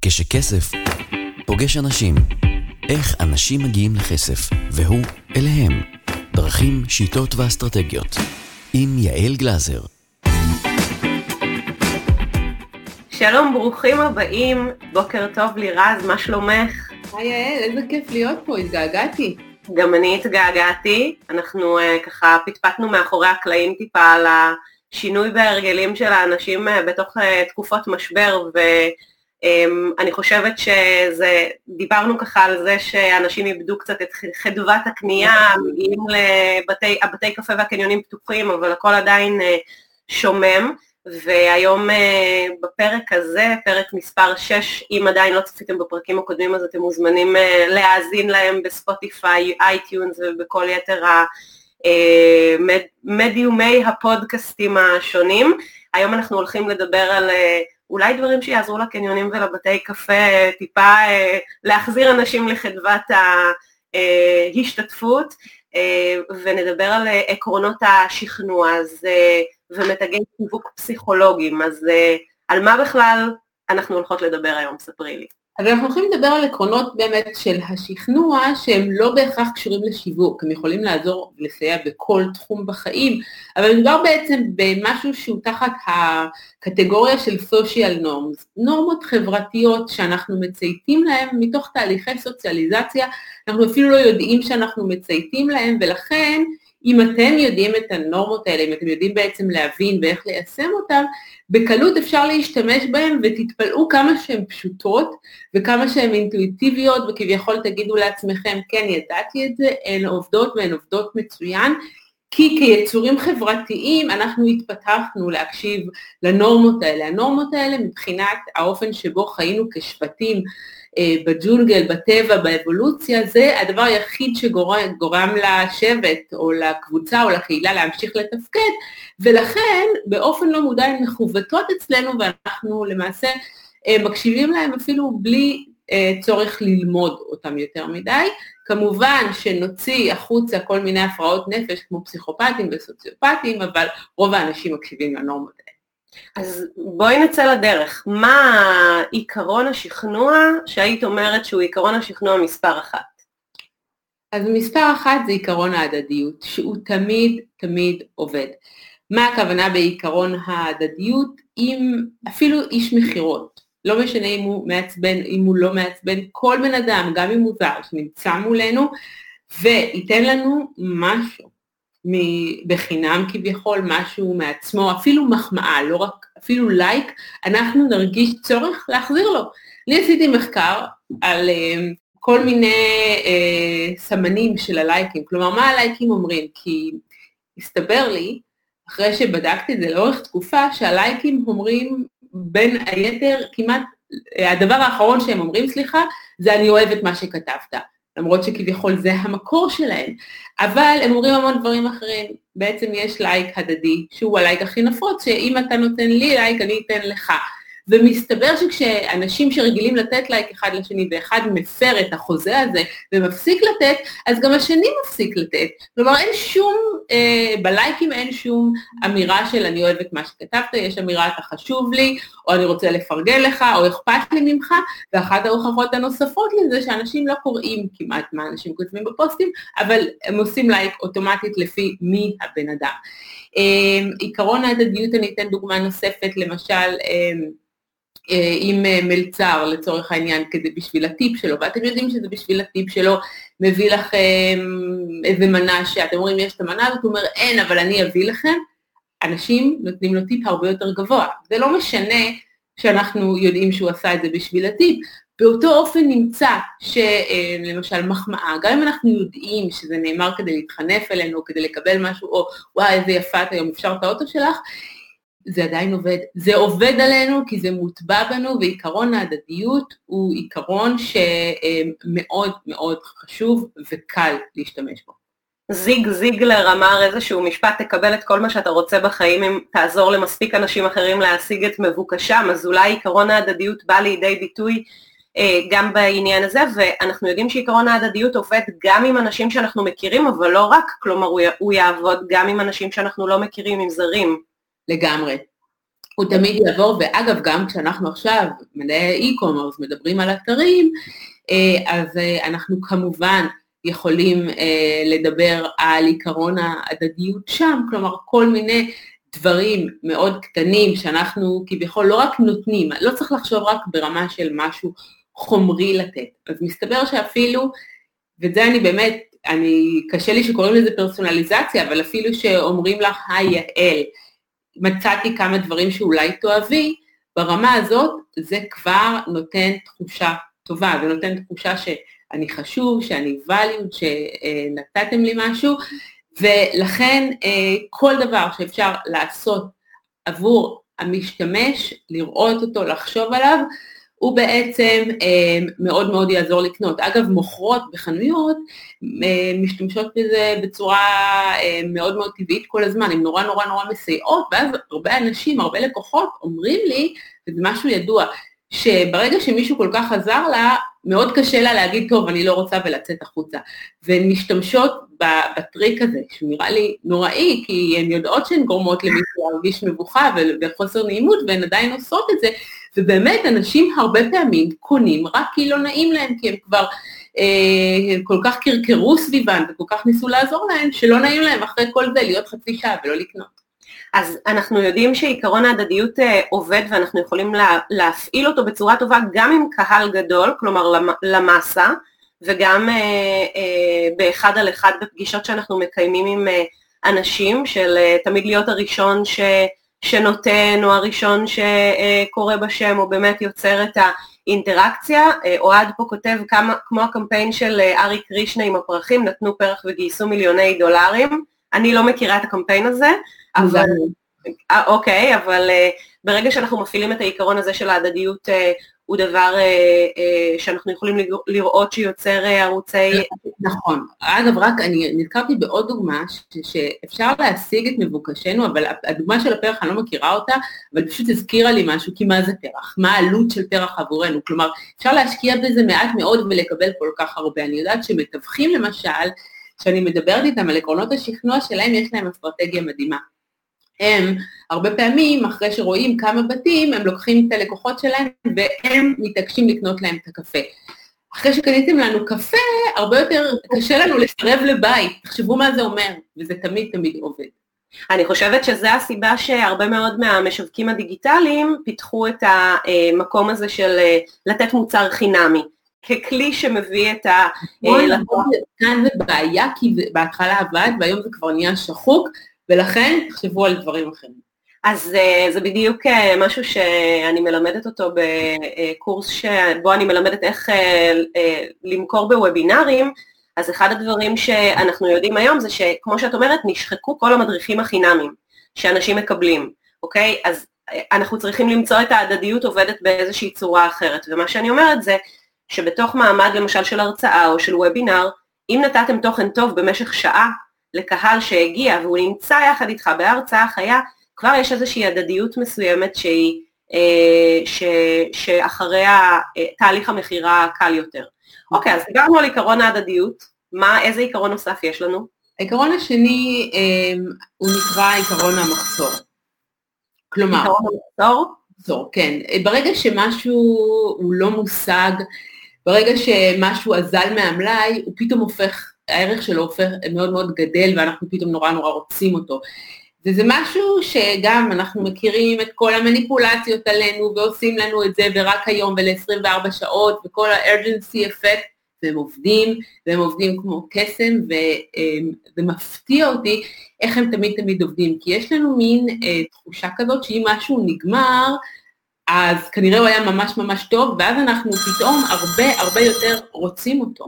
כשכסף פוגש אנשים, איך אנשים מגיעים לכסף, והוא אליהם. דרכים, שיטות ואסטרטגיות. עם יעל גלזר. שלום, ברוכים הבאים. בוקר טוב לירז, מה שלומך? היי יעל, איזה כיף להיות פה, התגעגעתי. גם אני התגעגעתי. אנחנו ככה פטפטנו מאחורי הקלעים טיפה על השינוי בהרגלים של האנשים בתוך תקופות משבר, ואני חושבת דיברנו ככה על זה שאנשים איבדו קצת את חדוות הקנייה, מגיעים לבתי קפה והקניונים פתוחים, אבל הכל עדיין שומם. והיום בפרק הזה, פרק מספר 6, אם עדיין לא צפיתם בפרקים הקודמים, אז אתם מוזמנים להאזין להם בספוטיפיי, אייטיונס ובכל יתר מדיומי הפודקאסטים השונים. היום אנחנו הולכים לדבר על אולי דברים שיעזרו לקניונים ולבתי קפה, טיפה להחזיר אנשים לחדוות ההשתתפות, ונדבר על עקרונות השכנוע ומתגי שיווק פסיכולוגיים. אז על מה בכלל אנחנו הולכות לדבר היום? ספרי לי. אז אנחנו הולכים לדבר על עקרונות באמת של השכנוע, שהם לא בהכרח קשורים לשיווק, הם יכולים לעזור ולסייע בכל תחום בחיים, אבל מדובר בעצם במשהו שהוא תחת הקטגוריה של social norms, נורמות חברתיות שאנחנו מצייתים להם מתוך תהליכי סוציאליזציה, אנחנו אפילו לא יודעים שאנחנו מצייתים להם, ולכן אם אתם יודעים את הנורמות האלה, אם אתם יודעים בעצם להבין ואיך ליישם אותם, בקלות אפשר להשתמש בהם, ותתפלאו כמה שהן פשוטות, וכמה שהן אינטואיטיביות, וכביכול תגידו לעצמכם, כן, ידעתי את זה, הן עובדות והן עובדות מצוין, כי כיצורים חברתיים אנחנו התפתחנו להקשיב לנורמות האלה. הנורמות האלה מבחינת האופן שבו חיינו כשבטים, בג'ונגל, בטבע, באבולוציה, זה הדבר היחיד שגורם לשבט או לקבוצה או לקהילה להמשיך לתפקד, ולכן באופן לא מודע הן מחובטות אצלנו, ואנחנו למעשה מקשיבים להם אפילו בלי צורך ללמוד אותם יותר מדי. כמובן שנוציא החוצה כל מיני הפרעות נפש כמו פסיכופטים וסוציופטים, אבל רוב האנשים מקשיבים לנורמות האלה. אז בואי נצא לדרך. מה עיקרון השכנוע שהיית אומרת שהוא עיקרון השכנוע מספר 1? אז מספר 1 זה עיקרון ההדדיות, שהוא תמיד תמיד עובד. מה הכוונה בעיקרון ההדדיות? אם אפילו איש מחירות, לא משנה אם הוא מעצבן, אם הוא לא מעצבן, כל בן אדם, גם אם הוא זר, שנמצא מולנו, וייתן לנו משהו, בחינם כביכול, משהו מעצמו, אפילו מחמאה, לא רק, אפילו לייק, אנחנו נרגיש צורך להחזיר לו. אני עשיתי מחקר על כל מיני סמנים של הלייקים, כלומר מה הלייקים אומרים, כי הסתבר לי, אחרי שבדקתי את זה לאורך תקופה, שהלייקים אומרים בין היתר, כמעט, הדבר האחרון שהם אומרים, זה אני אוהב את מה שכתבת. למרות שכביכול זה המקור שלהם, אבל הם אומרים המון דברים אחרים. בעצם יש לייק הדדי, שהוא הלייק הכי נפוץ, שאם אתה נותן לי לייק, אני אתן לך. ומסתבר שכשאנשים שרגילים לתת לייק אחד לשני, ואחד מפר את החוזה הזה, ומפסיק לתת, אז גם השני מפסיק לתת. כלומר, אין שום, בלייקים אין שום אמירה של אני אוהב את מה שכתבת, יש אמירה אתה חשוב לי, או אני רוצה לפרגן לך, או אכפת לי ממך, ואחת ההוכחות הנוספות לזה שאנשים לא קוראים כמעט מה אנשים כותבים בפוסטים, אבל הם עושים לייק אוטומטית לפי מי הבן אדם. עיקרון ההדדיות, אני אתן דוגמה נוספת, למשל, עם מלצר לצורך העניין, כדי בשביל הטיפ שלו, ואתם יודעים שזה בשביל הטיפ שלו, מביא לכם איזה מנה שאתם אומרים יש את המנה, הזאת הוא אומר אין, אבל אני אביא לכם, אנשים נותנים לו טיפ הרבה יותר גבוה. זה לא משנה שאנחנו יודעים שהוא עשה את זה בשביל הטיפ, באותו אופן נמצא שלמשל מחמאה, גם אם אנחנו יודעים שזה נאמר כדי להתחנף אלינו, כדי לקבל משהו, או וואי איזה יפה את היום, אפשר את האוטו שלך, זה עדיין עובד. זה עובד עלינו כי זה מוטבע בנו, ועיקרון ההדדיות הוא עיקרון שמאוד מאוד חשוב וקל להשתמש בו. זיג זיגלר אמר איזשהו משפט, תקבל את כל מה שאתה רוצה בחיים אם תעזור למספיק אנשים אחרים להשיג את מבוקשם, אז אולי עיקרון ההדדיות בא לידי ביטוי גם בעניין הזה, ואנחנו יודעים שעיקרון ההדדיות עובד גם עם אנשים שאנחנו מכירים, אבל לא רק, כלומר הוא יעבוד גם עם אנשים שאנחנו לא מכירים, עם זרים. לגמרי. הוא תמיד יעבור, ואגב, גם כשאנחנו עכשיו, מדעי e-commerce, מדברים על אתרים, אז אנחנו כמובן יכולים לדבר על עיקרון ההדדיות שם, כלומר, כל מיני דברים מאוד קטנים שאנחנו כביכול לא רק נותנים, לא צריך לחשוב רק ברמה של משהו חומרי לתת. אז מסתבר שאפילו, וזה אני באמת, קשה לי שקוראים לזה פרסונליזציה, אבל אפילו שאומרים לך, היי יעל, מצאתי כמה דברים שאולי תאהבי, ברמה הזאת זה כבר נותן תחושה טובה, זה נותן תחושה שאני חשוב, שאני valued, שנתתם לי משהו, ולכן כל דבר שאפשר לעשות עבור המשתמש, לראות אותו, לחשוב עליו, הוא בעצם מאוד מאוד יעזור לקנות. אגב, מוכרות בחנויות משתמשות בזה בצורה מאוד מאוד טבעית כל הזמן, הן נורא נורא נורא מסייעות, ואז הרבה אנשים, הרבה לקוחות אומרים לי, וזה משהו ידוע, שברגע שמישהו כל כך עזר לה, מאוד קשה לה להגיד, טוב, אני לא רוצה ולצאת החוצה. והן משתמשות בטריק הזה, שנראה לי נוראי, כי הן יודעות שהן גורמות למישהו להרגיש מבוכה וחוסר נעימות, והן עדיין עושות את זה, ובאמת אנשים הרבה פעמים קונים רק כי לא נעים להם, כי הם כבר כל כך קרקרו סביבן, וכל כך ניסו לעזור להם, שלא נעים להם אחרי כל זה להיות חצי שעה ולא לקנות. אז אנחנו יודעים שעיקרון ההדדיות עובד, ואנחנו יכולים להפעיל אותו בצורה טובה גם עם קהל גדול, כלומר למסה, וגם באחד על אחד בפגישות שאנחנו מקיימים עם אנשים, של תמיד להיות הראשון שנותן, או הראשון שקורא בשם, או באמת יוצר את האינטראקציה. אוהד פה כותב כמו הקמפיין של ארי קרישנה עם הפרחים, נתנו פרח וגייסו $מיליוני. אני לא מכירה את הקמפיין הזה, אבל, אוקיי, אבל ברגע שאנחנו מפעילים את העיקרון הזה של ההדדיות, הוא דבר שאנחנו יכולים לראות שיוצר ערוצי... נכון. אגב, רק אני נזכרתי בעוד דוגמה שאפשר להשיג את מבוקשנו, אבל הדוגמה של הפרח אני לא מכירה אותה, אבל פשוט הזכירה לי משהו, כי מה זה פרח? מה העלות של פרח עבורנו? כלומר, אפשר להשקיע בזה מעט מאוד ולקבל כל כך הרבה. אני יודעת שמתווכים למשל, שאני מדברת איתם על עקרונות השכנוע שלהם, יש להם אסטרטגיה מדהימה. הם הרבה פעמים, אחרי שרואים כמה בתים, הם לוקחים את הלקוחות שלהם, והם מתעקשים לקנות להם את הקפה. אחרי שקניתם לנו קפה, הרבה יותר קשה לנו לסרב לבית. תחשבו מה זה אומר, וזה תמיד תמיד עובד. אני חושבת שזו הסיבה שהרבה מאוד מהמשווקים הדיגיטליים פיתחו את המקום הזה של לתת מוצר חינמי. ככלי שמביא את ה... כאן זה בעיה, כי בהתחלה עבד, והיום זה כבר נהיה שחוק, ולכן תחשבו על דברים אחרים. אז זה בדיוק משהו שאני מלמדת אותו בקורס שבו אני מלמדת איך למכור בוובינרים. אז אחד הדברים שאנחנו יודעים היום זה שכמו שאת אומרת, נשחקו כל המדריכים החינמיים שאנשים מקבלים, אוקיי? אז אנחנו צריכים למצוא את ההדדיות עובדת באיזושהי צורה אחרת, ומה שאני אומרת זה שבתוך מעמד למשל של הרצאה או של וובינר, אם נתתם תוכן טוב במשך שעה לקהל שהגיע והוא נמצא יחד איתך בהרצאה חיה, כבר יש איזושהי הדדיות מסוימת שאחריה תהליך המחירה קל יותר. אוקיי, אז דיברנו על עיקרון ההדדיות, איזה עיקרון נוסף יש לנו? העיקרון השני הוא נקרא עיקרון המחסור. כלומר, עיקרון המחסור? מחסור, כן. ברגע שמשהו הוא לא מושג, ברגע שמשהו אזל מהמלאי, הוא פתאום הופך, הערך שלו הופך מאוד מאוד גדל, ואנחנו פתאום נורא נורא רוצים אותו. וזה משהו שגם אנחנו מכירים את כל המניפולציות עלינו, ועושים לנו את זה ורק היום ול-24 שעות, וכל ה-urgency effect, והם עובדים כמו קסם, וזה מפתיע אותי איך הם תמיד תמיד עובדים, כי יש לנו מין תחושה כזאת שאם משהו נגמר, אז כנראה הוא היה ממש ממש טוב, ואז אנחנו פתאום הרבה יותר רוצים אותו.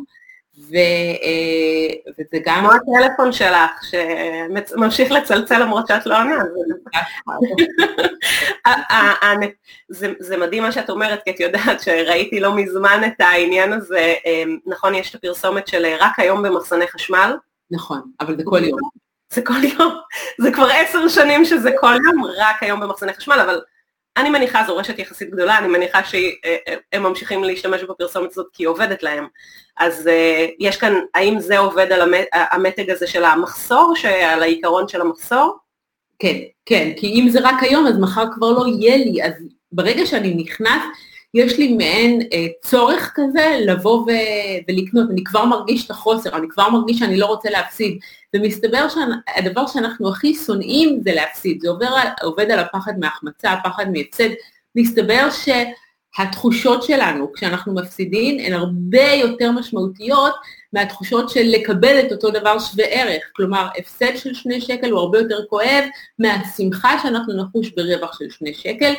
וזה גם... כמו הטלפון שלך, שממשיך לצלצל למרות שאת לא עונה. זה מדהים מה שאת אומרת, כי את יודעת שראיתי לא מזמן את העניין הזה, נכון, יש את הפרסומת של רק היום במחסני חשמל. נכון, אבל זה כל יום. זה כל יום, זה כבר 10 שנים שזה כל יום, רק היום במחסני חשמל, אבל אני מניחה, זו רשת יחסית גדולה, אני מניחה שהם ממשיכים להשתמש בפרסומת הזאת כי היא עובדת להם. אז יש כאן, האם זה עובד על המתג הזה של המחסור, על העיקרון של המחסור? כן, כן, כי אם זה רק היום, אז מחר כבר לא יהיה לי, אז ברגע שאני נכנס, יש לי מעין צורך כזה לבוא ולקנות, אני כבר מרגיש את החוסר, אני כבר מרגיש שאני לא רוצה להפסיד, ומסתבר שהדבר שאנחנו הכי שונאים זה להפסיד, זה עובד על הפחד מהחמצה, הפחד מהפסד, מסתבר שהתחושות שלנו כשאנחנו מפסידים הן הרבה יותר משמעותיות מהתחושות של לקבל את אותו דבר שווה ערך, כלומר הפסד של 2 שקל הוא הרבה יותר כואב מהשמחה שאנחנו נחוש ברווח של 2 שקל,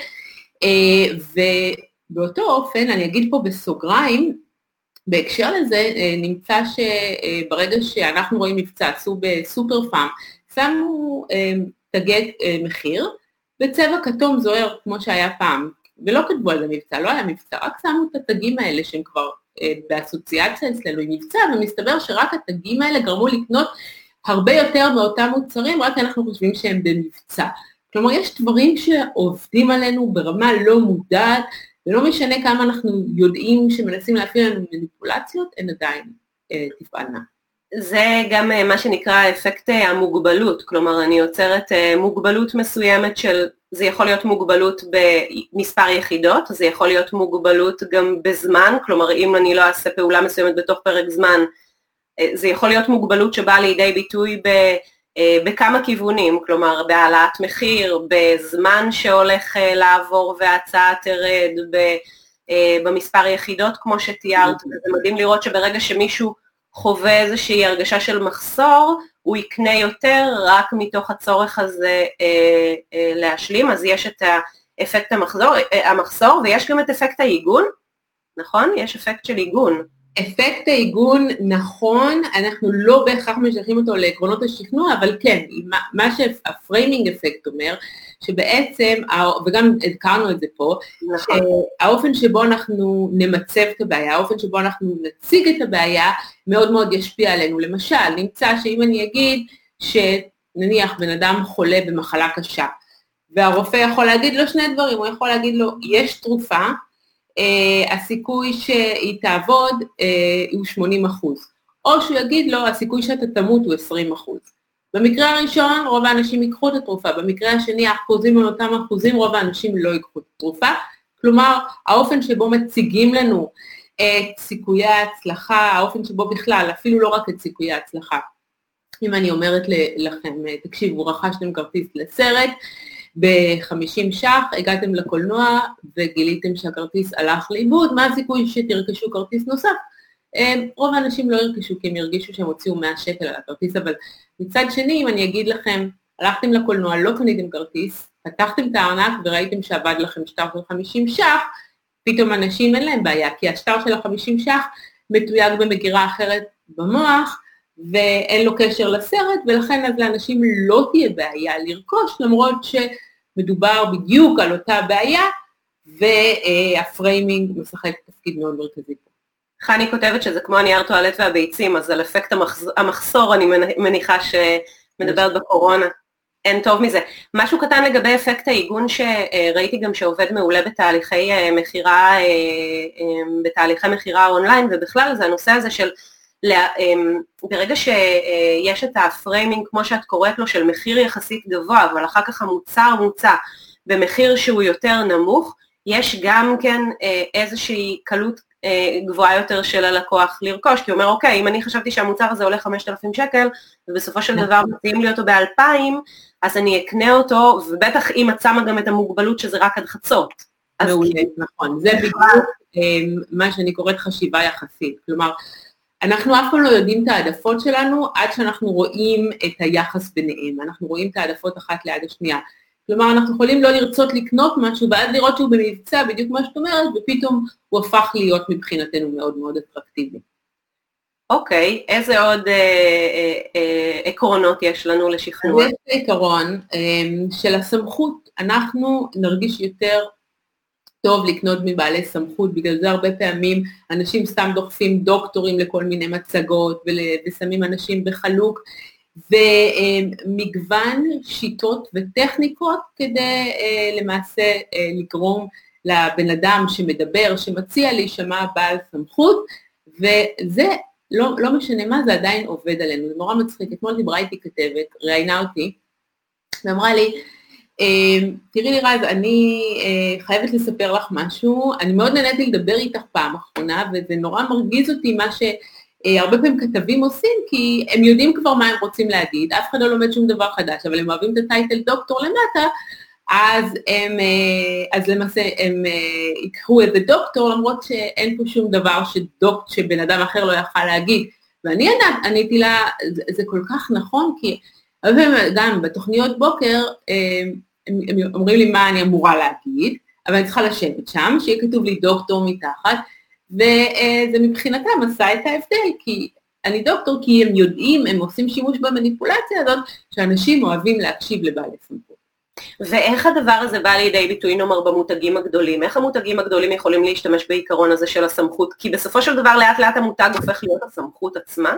ובאותו אופן אני אגיד פה בסוגריים, בהקשר לזה נמצא שברגע שאנחנו רואים מבצע, עשו בסופר פארם, שמו תגי מחיר בצבע כתום זוהר כמו שהיה פעם, ולא כתבו על זה מבצע, לא היה מבצע, רק שמו את התגים האלה שהם כבר באסוציאציה אצלנו עם מבצע, ומסתבר שרק התגים האלה גרמו לקנות הרבה יותר מאותם מוצרים, רק אנחנו חושבים שהם במבצע. כלומר, יש דברים שעובדים עלינו ברמה לא מודעת, ולא משנה כמה אנחנו יודעים שמנסים להפעיל לנו מניפולציות, הן עדיין תפעלנה. זה גם מה שנקרא אפקט המוגבלות, כלומר אני יוצרת מוגבלות מסוימת של, זה יכול להיות מוגבלות במספר יחידות, זה יכול להיות מוגבלות גם בזמן, כלומר אם אני לא אעשה פעולה מסוימת בתוך פרק זמן, זה יכול להיות מוגבלות שבאה לידי ביטוי בכמה כיוונים, כלומר בהעלאת מחיר, בזמן שהולך לעבור וההצעה תרד, במספר יחידות כמו שתיארת, זה מדהים לראות שברגע שמישהו חווה איזושהי הרגשה של מחסור, הוא יקנה יותר רק מתוך הצורך הזה להשלים, אז יש את האפקט המחסור, ויש גם את אפקט העיגון, נכון? יש אפקט של עיגון. אפקט העיגון נכון, אנחנו לא בהכרח משייכים אותו לעקרונות השכנוע, אבל כן, מה שהפריימינג אפקט אומר, שבעצם, וגם הזכרנו את זה פה, נכון. שהאופן שבו אנחנו נמצב את הבעיה, האופן שבו אנחנו נציג את הבעיה, מאוד מאוד ישפיע עלינו. למשל, נמצא שאם אני אגיד שנניח בן אדם חולה במחלה קשה, והרופא יכול להגיד לו 2 דברים, הוא יכול להגיד לו, יש תרופה, הסיכוי שהיא תעבוד הוא 80%, או שהוא יגיד לו, הסיכוי שאתה תמות הוא 20%. במקרה הראשון, רוב האנשים ייקחו את התרופה, במקרה השני, האחוזים על אותם אחוזים, רוב האנשים לא ייקחו את התרופה, כלומר, האופן שבו מציגים לנו את סיכויי ההצלחה, האופן שבו בכלל, אפילו לא רק את סיכויי ההצלחה. אם אני אומרת לכם, תקשיבו, רכשתם כרטיס לסרט, ב-50 ש"ח, הגעתם לקולנוע וגיליתם שהכרטיס הלך לאיבוד, מה הסיכוי שתרכשו כרטיס נוסף? רוב האנשים לא ירכשו כי הם ירגישו שהם הוציאו 100 שקל על הכרטיס, אבל מצד שני, אם אני אגיד לכם, הלכתם לקולנוע, לא קניתם כרטיס, פתחתם את הארנק וראיתם שעבד לכם שטר של 50 ש"ח, פתאום אנשים אין להם בעיה, כי השטר של ה-50 ש"ח מתויג במגירה אחרת במוח, ואין לו קשר לסרט, ולכן אז לאנשים לא תהיה בעיה לרכוש, למרות שמדובר בדיוק על אותה בעיה, והפריימינג משחק תפקיד מאוד מרכזי פה. חני כותבת שזה כמו הנייר טואלט והביצים, אז על אפקט המחסור אני מניחה שמדברת בקורונה. אין טוב מזה. משהו קטן לגבי אפקט העיגון שראיתי גם שעובד מעולה בתהליכי מחירה אונליין, ובכלל זה הנושא הזה של ברגע שיש את הפריימינג, כמו שאת קוראת לו, של מחיר יחסית גבוה, אבל אחר כך המוצר מוצע במחיר שהוא יותר נמוך, יש גם כן איזושהי קלות גבוהה יותר של הלקוח לרכוש, כי הוא אומר, אוקיי, אם אני חשבתי שהמוצר הזה עולה 5,000 שקל, ובסופו של דבר מציעים לי אותו ב2,000, אז אני אקנה אותו, ובטח אם את שמה גם את המוגבלות שזה רק עד חצות. מעולה, נכון. זה בדיוק מה שאני קוראת חשיבה יחסית. כלומר, אנחנו אף פעם לא יודעים את העדפות שלנו, עד שאנחנו רואים את היחס ביניהם. אנחנו רואים את העדפות אחת ליד השנייה. כלומר, אנחנו יכולים לא לרצות לקנות משהו, ואז לראות שהוא במבצע, בדיוק מה שאת אומרת, ופתאום הוא הפך להיות מבחינתנו מאוד מאוד אטרקטיבי. אוקיי, איזה עוד עקרונות יש לנו לשכנוע? יש עיקרון של הסמכות, אנחנו נרגיש יותר טוב לקנות מבעלי סמכות, בגלל זה הרבה פעמים אנשים סתם דוחפים דוקטורים לכל מיני מצגות, ושמים אנשים בחלוק, ומגוון שיטות וטכניקות כדי למעשה לגרום לבן אדם שמדבר, שמציע להישמע בעל סמכות, וזה לא משנה מה, זה עדיין עובד עלינו, זה נורא מצחיק. אתמול דיברה איתי כתבת, ראיינה אותי, ואמרה לי, תראי לי רז, אני חייבת לספר לך משהו, אני מאוד נהניתי לדבר איתך פעם אחרונה, וזה נורא מרגיז אותי מה שהרבה פעמים כתבים עושים, כי הם יודעים כבר מה הם רוצים להגיד, אף אחד לא לומד שום דבר חדש, אבל הם אוהבים את הטייטל דוקטור למטה, אז למעשה הם יקחו איזה דוקטור, למרות שאין פה שום דבר שבן אדם אחר לא יכל להגיד, ואני עניתי לה, זה כל כך נכון, כי הרבה פעמים גם בתוכניות בוקר, הם אומרים לי מה אני אמורה להגיד, אבל אני צריכה לשבת שם, שיהיה כתוב לי דוקטור מתחת, וזה מבחינתם עשה את ההבדל, כי אני דוקטור, כי הם יודעים, הם עושים שימוש במניפולציה הזאת, שאנשים אוהבים להקשיב לבעלי סמכות. ואיך הדבר הזה בא לידי ביטוי נאמר במותגים הגדולים? איך המותגים הגדולים יכולים להשתמש בעיקרון הזה של הסמכות? כי בסופו של דבר לאט לאט המותג הופך להיות הסמכות עצמה?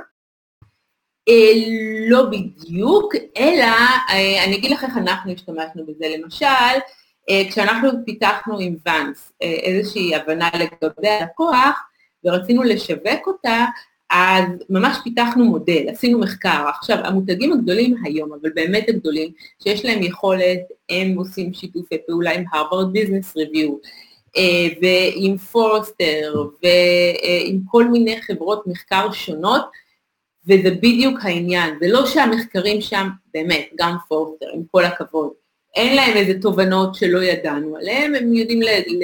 לא בדיוק, אלא אני אגיד לך איך אנחנו השתמשנו בזה. למשל, כשאנחנו פיתחנו עם ונס איזושהי הבנה לגבי הלקוח, ורצינו לשווק אותה, אז ממש פיתחנו מודל, עשינו מחקר. עכשיו, המותגים הגדולים היום, אבל באמת הגדולים, שיש להם יכולת, הם עושים שיתופי פעולה עם הרווארד ביזנס ריוויו, ועם פורסטר, ועם כל מיני חברות מחקר שונות, וזה בדיוק העניין. זה לא שהמחקרים שם, באמת, גם פורסטר, עם כל הכבוד, אין להם איזה תובנות שלא ידענו עליהם, הם יודעים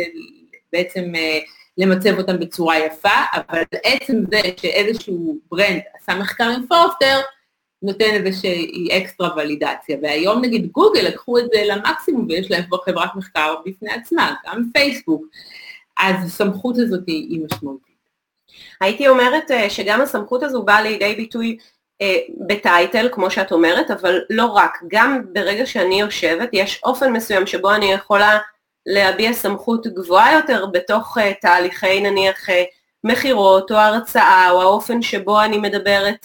בעצם למצב אותם בצורה יפה, אבל עצם זה שאיזשהו ברנד עשה מחקר עם פורסטר, נותן איזושהי אקסטרה ולידציה, והיום נגיד גוגל לקחו את זה למקסימום, ויש להם כבר חברת מחקר בפני עצמה, גם פייסבוק, אז הסמכות הזאת היא משמעותית. הייתי אומרת שגם הסמכות הזו באה לידי ביטוי בטייטל, כמו שאת אומרת, אבל לא רק, גם ברגע שאני יושבת, יש אופן מסוים שבו אני יכולה להביע סמכות גבוהה יותר בתוך תהליכי נניח מחירות או הרצאה, או האופן שבו אני מדברת,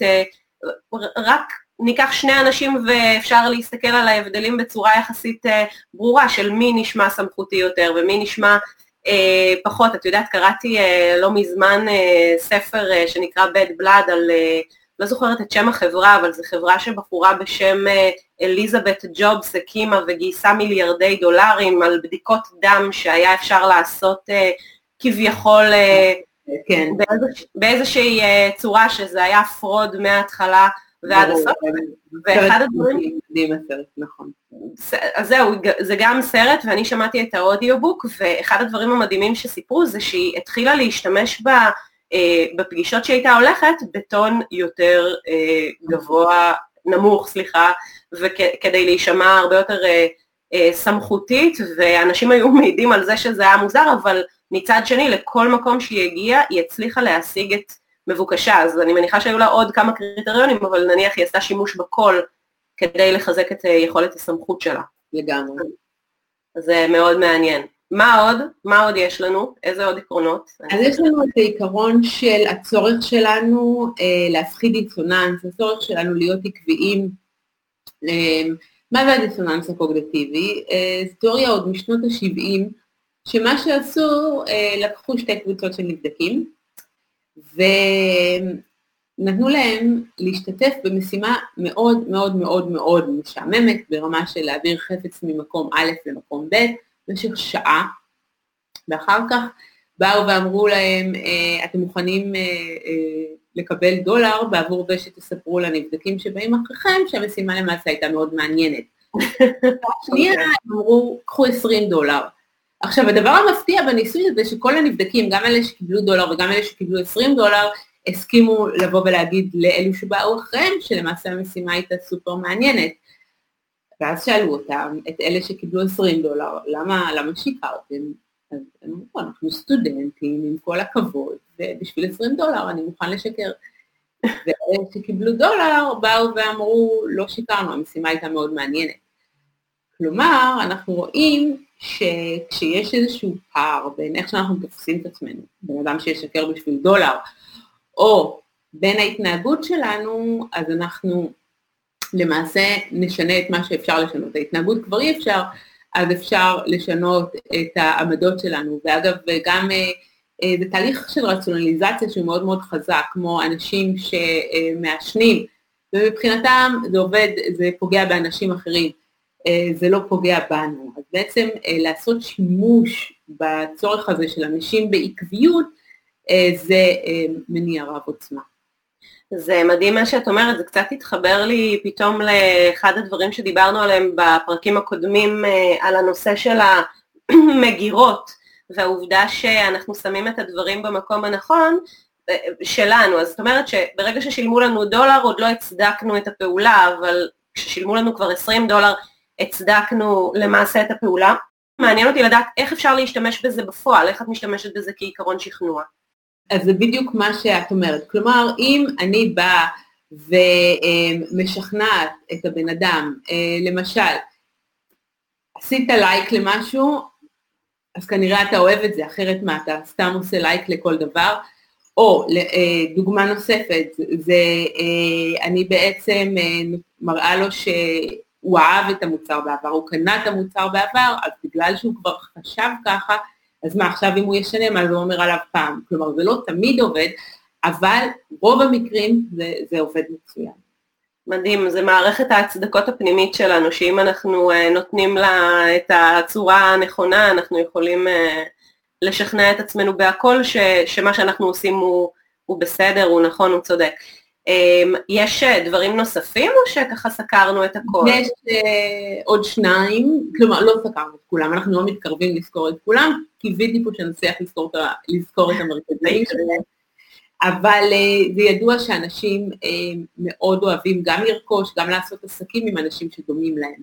רק ניקח שני אנשים ואפשר להסתכל על ההבדלים בצורה יחסית ברורה, של מי נשמע סמכותי יותר ומי נשמע פחות. את יודעת, קראתי לא מזמן ספר שנקרא Bad Blood על, לא זוכרת את שם החברה, אבל זו חברה שבחורה בשם אליזבת ג'ובס הקימה וגייסה מיליארדי דולרים על בדיקות דם שהיה אפשר לעשות כביכול כן. באיזושהי צורה שזה היה פרוד מההתחלה ועד הסוף. ואחד הדברים... נכון. אז זהו, זה גם סרט, ואני שמעתי את האודיובוק, ואחד הדברים המדהימים שסיפרו זה שהיא התחילה להשתמש בפגישות שהייתה הולכת בטון יותר גבוה, נמוך, סליחה, וכדי להישמע הרבה יותר סמכותית, ואנשים היו מעידים על זה שזה היה מוזר, אבל מצד שני, לכל מקום שהיא הגיעה, היא הצליחה להשיג את מבוקשה, אז אני מניחה שהיו לה עוד כמה קריטריונים, אבל נניח היא עשתה שימוש בכל, כדי לחזק את יכולת הסמכות שלה. לגמרי. אז זה מאוד מעניין. מה עוד? מה עוד יש לנו? איזה עוד עקרונות? אז יש לנו את העיקרון של הצורך שלנו להפחיד דיסוננס, הצורך שלנו להיות עקביים. מה זה הדיסוננס הקוגניטיבי? זו תיאוריה עוד משנות ה-70, שמה שעשו, לקחו שתי קבוצות של נבדקים, ונתנו להם להשתתף במשימה מאוד מאוד מאוד מאוד משעממת, ברמה של להעביר חפץ ממקום א' למקום ב', במשך שעה, ואחר כך באו ואמרו להם, אתם מוכנים לקבל דולר בעבור זה שתספרו לנבדקים שבאים אחריכם, שהמשימה למעשה הייתה מאוד מעניינת. השנייה, הם אמרו, קחו $20. עכשיו, הדבר המפתיע בניסוי הזה שכל הנבדקים, גם אלה שקיבלו דולר וגם אלה שקיבלו $20, הסכימו לבוא ולהגיד לאלו שבאו אחריהם, שלמעשה המשימה הייתה סופר מעניינת. ואז שאלו אותם, את אלה שקיבלו $20, למה שיקרתם? אז הם אמרו, אנחנו סטודנטים עם כל הכבוד, ובשביל $20 אני מוכן לשקר. ואלה שקיבלו דולר באו ואמרו, לא שיקרנו, המשימה הייתה מאוד מעניינת. כלומר, אנחנו רואים שכשיש איזשהו פער בין איך שאנחנו תופסים את עצמנו, בן אדם שישקר בשביל דולר, או בין ההתנהגות שלנו, אז אנחנו למעשה נשנה את מה שאפשר לשנות. ההתנהגות כבר אי אפשר, אז אפשר לשנות את העמדות שלנו. ואגב, גם זה תהליך של רציונליזציה שהוא מאוד מאוד חזק, כמו אנשים שמעשנים, ומבחינתם זה עובד, זה פוגע באנשים אחרים. זה לא פוגע בנו. אז בעצם לעשות שימוש בצורך הזה של אנשים בעקביות, זה מניע רב עוצמה. זה מדהים מה שאת אומרת, זה קצת התחבר לי פתאום לאחד הדברים שדיברנו עליהם בפרקים הקודמים, על הנושא של המגירות, והעובדה שאנחנו שמים את הדברים במקום הנכון שלנו. אז זאת אומרת שברגע ששילמו לנו דולר עוד לא הצדקנו את הפעולה, אבל כששילמו לנו כבר $20 הצדקנו למעשה את הפעולה. מעניין אותי לדעת איך אפשר להשתמש בזה בפועל, איך את משתמשת בזה כעיקרון שכנוע. אז זה בדיוק מה שאת אומרת. כלומר, אם אני באה ומשכנעת את הבן אדם, למשל, עשית לייק למשהו, אז כנראה אתה אוהב את זה, אחרת מה, אתה סתם עושה לייק לכל דבר, או דוגמה נוספת, זה אני בעצם מראה לו שהוא אהב את המוצר בעבר, הוא קנה את המוצר בעבר, אז בגלל שהוא כבר חשב ככה, אז מה, עכשיו אם הוא ישנה, מה זה אומר עליו פעם? כלומר, זה לא תמיד עובד, אבל רוב המקרים זה עובד מצוין. מדהים, זה מערכת ההצדקות הפנימית שלנו, שאם אנחנו נותנים לה את הצורה הנכונה, אנחנו יכולים לשכנע את עצמנו בהכל, שמה שאנחנו עושים הוא בסדר, הוא נכון, הוא צודק. יש דברים נוספים או שככה סקרנו את הכל? יש עוד שניים, כלומר לא סקרנו את כולם, אנחנו לא מתקרבים לזכור את כולם, קיוויתי פה שנצליח לזכור את המרכזים שלהם, אבל זה ידוע שאנשים מאוד אוהבים גם לרכוש, גם לעשות עסקים עם אנשים שדומים להם.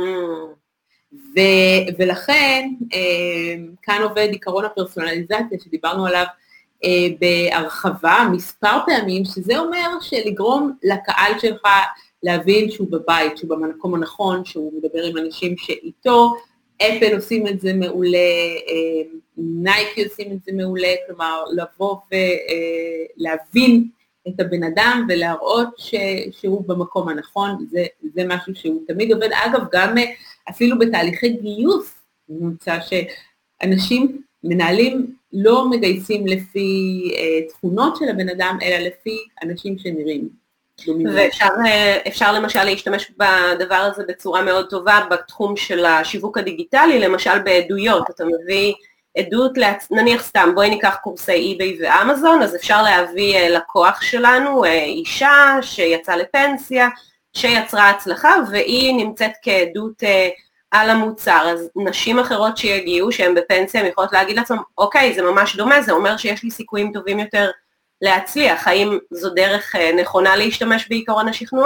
ולכן כאן עובד עיקרון הפרסונליזציה שדיברנו עליו בהרחבה מספר פעמים, שזה אומר שלגרום לקהל שלך להבין שהוא בבית, שהוא במקום הנכון, שהוא מדבר עם אנשים שאיתו, אפל עושים את זה מעולה, נייקי עושים את זה מעולה, כלומר לבוא ולהבין את הבן אדם ולהראות שהוא במקום הנכון, זה משהו שהוא תמיד עובד. אגב, גם אפילו בתהליכי גיוס, נמצא שאנשים מנהלים לא מגייסים לפי תכונות של הבן אדם, אלא לפי אנשים שנראים. ואפשר למשל להשתמש בדבר הזה בצורה מאוד טובה בתחום של השיווק הדיגיטלי, למשל בעדויות, אתה מביא עדות, נניח סתם, בואי ניקח קורסי אי-ביי ואמזון, אז אפשר להביא לקוח שלנו, אישה שיצאה לפנסיה, שיצרה הצלחה, והיא נמצאת כעדות על המוצר, אז נשים אחרות שיגיעו, שהן בפנסיה, הן יכולות להגיד לעצמם, אוקיי, זה ממש דומה, זה אומר שיש לי סיכויים טובים יותר להצליח, האם זו דרך נכונה להשתמש בעיקרון השכנוע?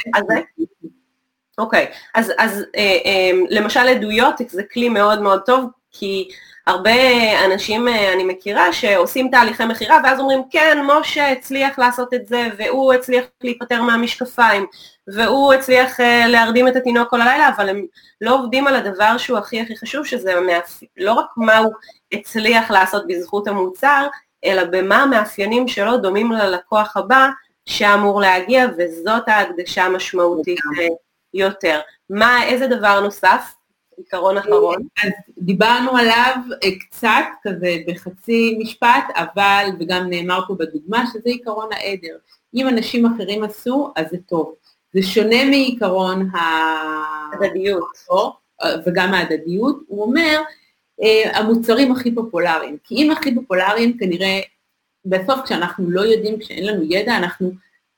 אוקיי, אז למשל עדויות זה כלי מאוד מאוד טוב, כי הרבה אנשים אני מכירה שעושים תהליכי מחירה, ואז אומרים, כן, משה הצליח לעשות את זה, והוא הצליח להיפטר מהמשקפיים, והוא הצליח להרדים את התינוק כל הלילה, אבל הם לא עובדים על הדבר שהוא הכי הכי חשוב, שזה לא רק מה הוא הצליח לעשות בזכות המוצר, אלא במה המאפיינים שלו דומים ללקוח הבא שאמור להגיע, וזאת ההקדשה המשמעותית יותר. איזה דבר נוסף? עיקרון אחרון. אז דיברנו עליו קצת, כזה בחצי משפט, אבל, וגם נאמר פה בדוגמה, שזה עיקרון העדר. אם אנשים אחרים עשו, אז זה טוב. זה שונה מעיקרון ההדדיות. וגם ההדדיות. הוא אומר, המוצרים הכי פופולריים. כי אם הכי פופולריים, כנראה, בסוף כשאנחנו לא יודעים, כשאין לנו ידע, אנחנו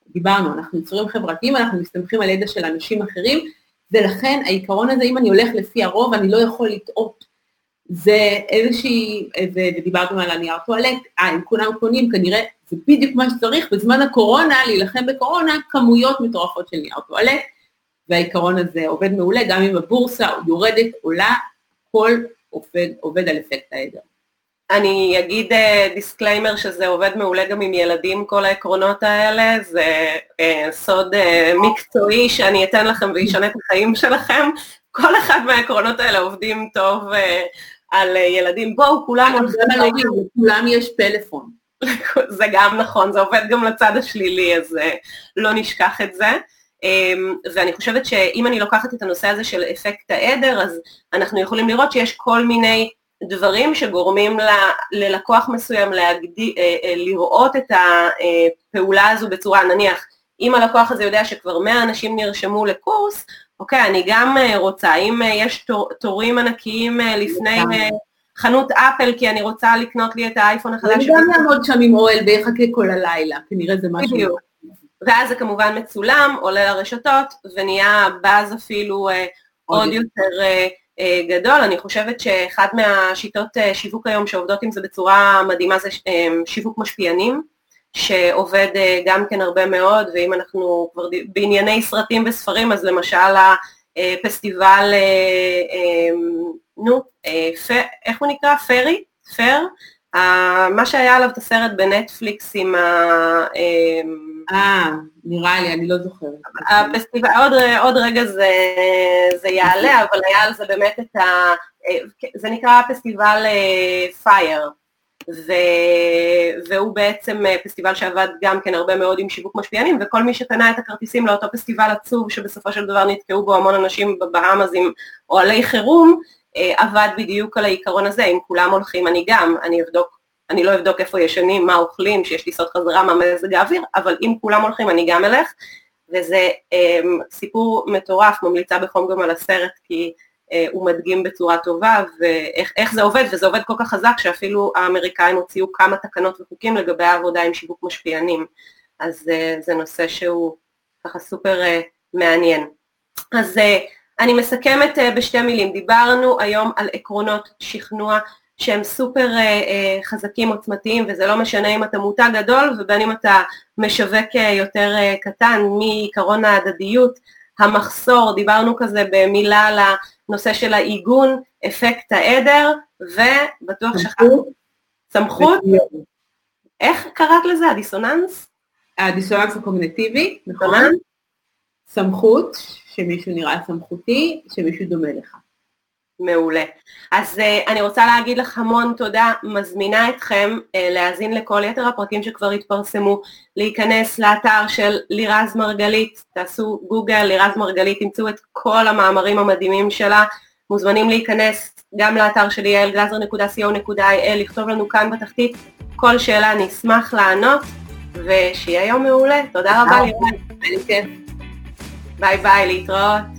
יצורים חברתיים, אנחנו מסתמכים על ידע של אנשים אחרים, ולכן העיקרון הזה, אם אני הולך לפי הרוב, אני לא יכול לטעות. זה איזושהי, ודיברנו על הנייר טואלט, אם כולם קונים, כנראה זה בדיוק מה שצריך, בזמן הקורונה, להילחם בקורונה, כמויות מטורפות של נייר טואלט, והעיקרון הזה עובד מעולה, גם אם הבורסה יורדת, עולה, כל עובד על אפקט העדר. אני אגיד דיסקליימר שזה עובד מעולה גם עם ילדים, כל העקרונות האלה, זה סוד מקצועי שאני אתן לכם וישנה את החיים שלכם, כל אחד מהעקרונות האלה עובדים טוב על ילדים, בואו כולם הולכים, לכולם יש פלאפון. זה גם נכון, זה עובד גם לצד השלילי, אז לא נשכח את זה. ואני חושבת שאם אני לוקחת את הנושא הזה של אפקט העדר, אז אנחנו יכולים לראות שיש כל מיני דברים שגורמים ללקוח מסוים לראות את הפעולה הזו בצורה, נניח, אם הלקוח הזה יודע שכבר 100 אנשים נרשמו לקורס, אוקיי, אני גם רוצה, אם יש תורים ענקיים לפני חנות אפל, כי אני רוצה לקנות לי את האייפון החדש. אני גם לעמוד שם עם אוהל ויחכה כל הלילה, כנראה זה משהו. בדיוק. ואז זה כמובן מצולם, עולה לרשתות, ונהיה באז אפילו עוד יותר גדול. אני חושבת שאחד מהשיטות שיווק היום שעובדות עם זה בצורה מדהימה זה שיווק משפיענים, שעובד גם כן הרבה מאוד, ואם אנחנו כבר בענייני סרטים וספרים, אז למשל הפסטיבל, איך הוא נקרא? פר? מה שהיה עליו את הסרט בנטפליקס עם נראה לי, אני לא זוכרת. הפסטיבל, עוד רגע זה יעלה, אבל היה על זה באמת זה נקרא פסטיבל פייר, והוא בעצם פסטיבל שעבד גם כן הרבה מאוד עם שיווק משפיענים, וכל מי שקנה את הכרטיסים לאותו פסטיבל עצוב, שבסופו של דבר נתקעו בו המון אנשים בבהאמאז עם אוהלי חירום, עבד בדיוק על העיקרון הזה. אם כולם הולכים, אני לא אבדוק איפה ישנים, מה אוכלים, שיש טיסות חזרה, מה מזג האוויר, אבל אם כולם הולכים אני גם אלך, וזה סיפור מטורף, ממליצה בחום גם על הסרט, כי הוא מדגים בצורה טובה, ואיך זה עובד, וזה עובד כל כך חזק, שאפילו האמריקאים הוציאו כמה תקנות וחוקים לגבי העבודה עם שיווק משפיענים, אז זה נושא שהוא ככה סופר מעניין. אז אני מסכמת בשתי מילים, דיברנו היום על עקרונות שכנוע, שהם סופר חזקים עוצמתיים, וזה לא משנה אם אתה מותג גדול, ובין אם אתה משווק יותר קטן, מעיקרון ההדדיות, המחסור, דיברנו כזה במילה על הנושא של העיגון, אפקט העדר, ובטוח סמכות, איך קראת לזה? הדיסוננס? הדיסוננס הקוגניטיבי, נכון? סמכות, שמישהו נראה סמכותי, שמישהו דומה לך. מעולה. אז אני רוצה להגיד לך המון תודה, מזמינה אתכם להאזין לכל יתר הפרקים שכבר התפרסמו, להיכנס לאתר של לירז מרגלית, תעשו גוגל, לירז מרגלית, תמצאו את כל המאמרים המדהימים שלה, מוזמנים להיכנס גם לאתר של yaelglazer.co.il, לכתוב לנו כאן בתחתית כל שאלה, נשמח לענות, ושיהיה יום מעולה. תודה רבה לירז. ביי ביי, להתראות.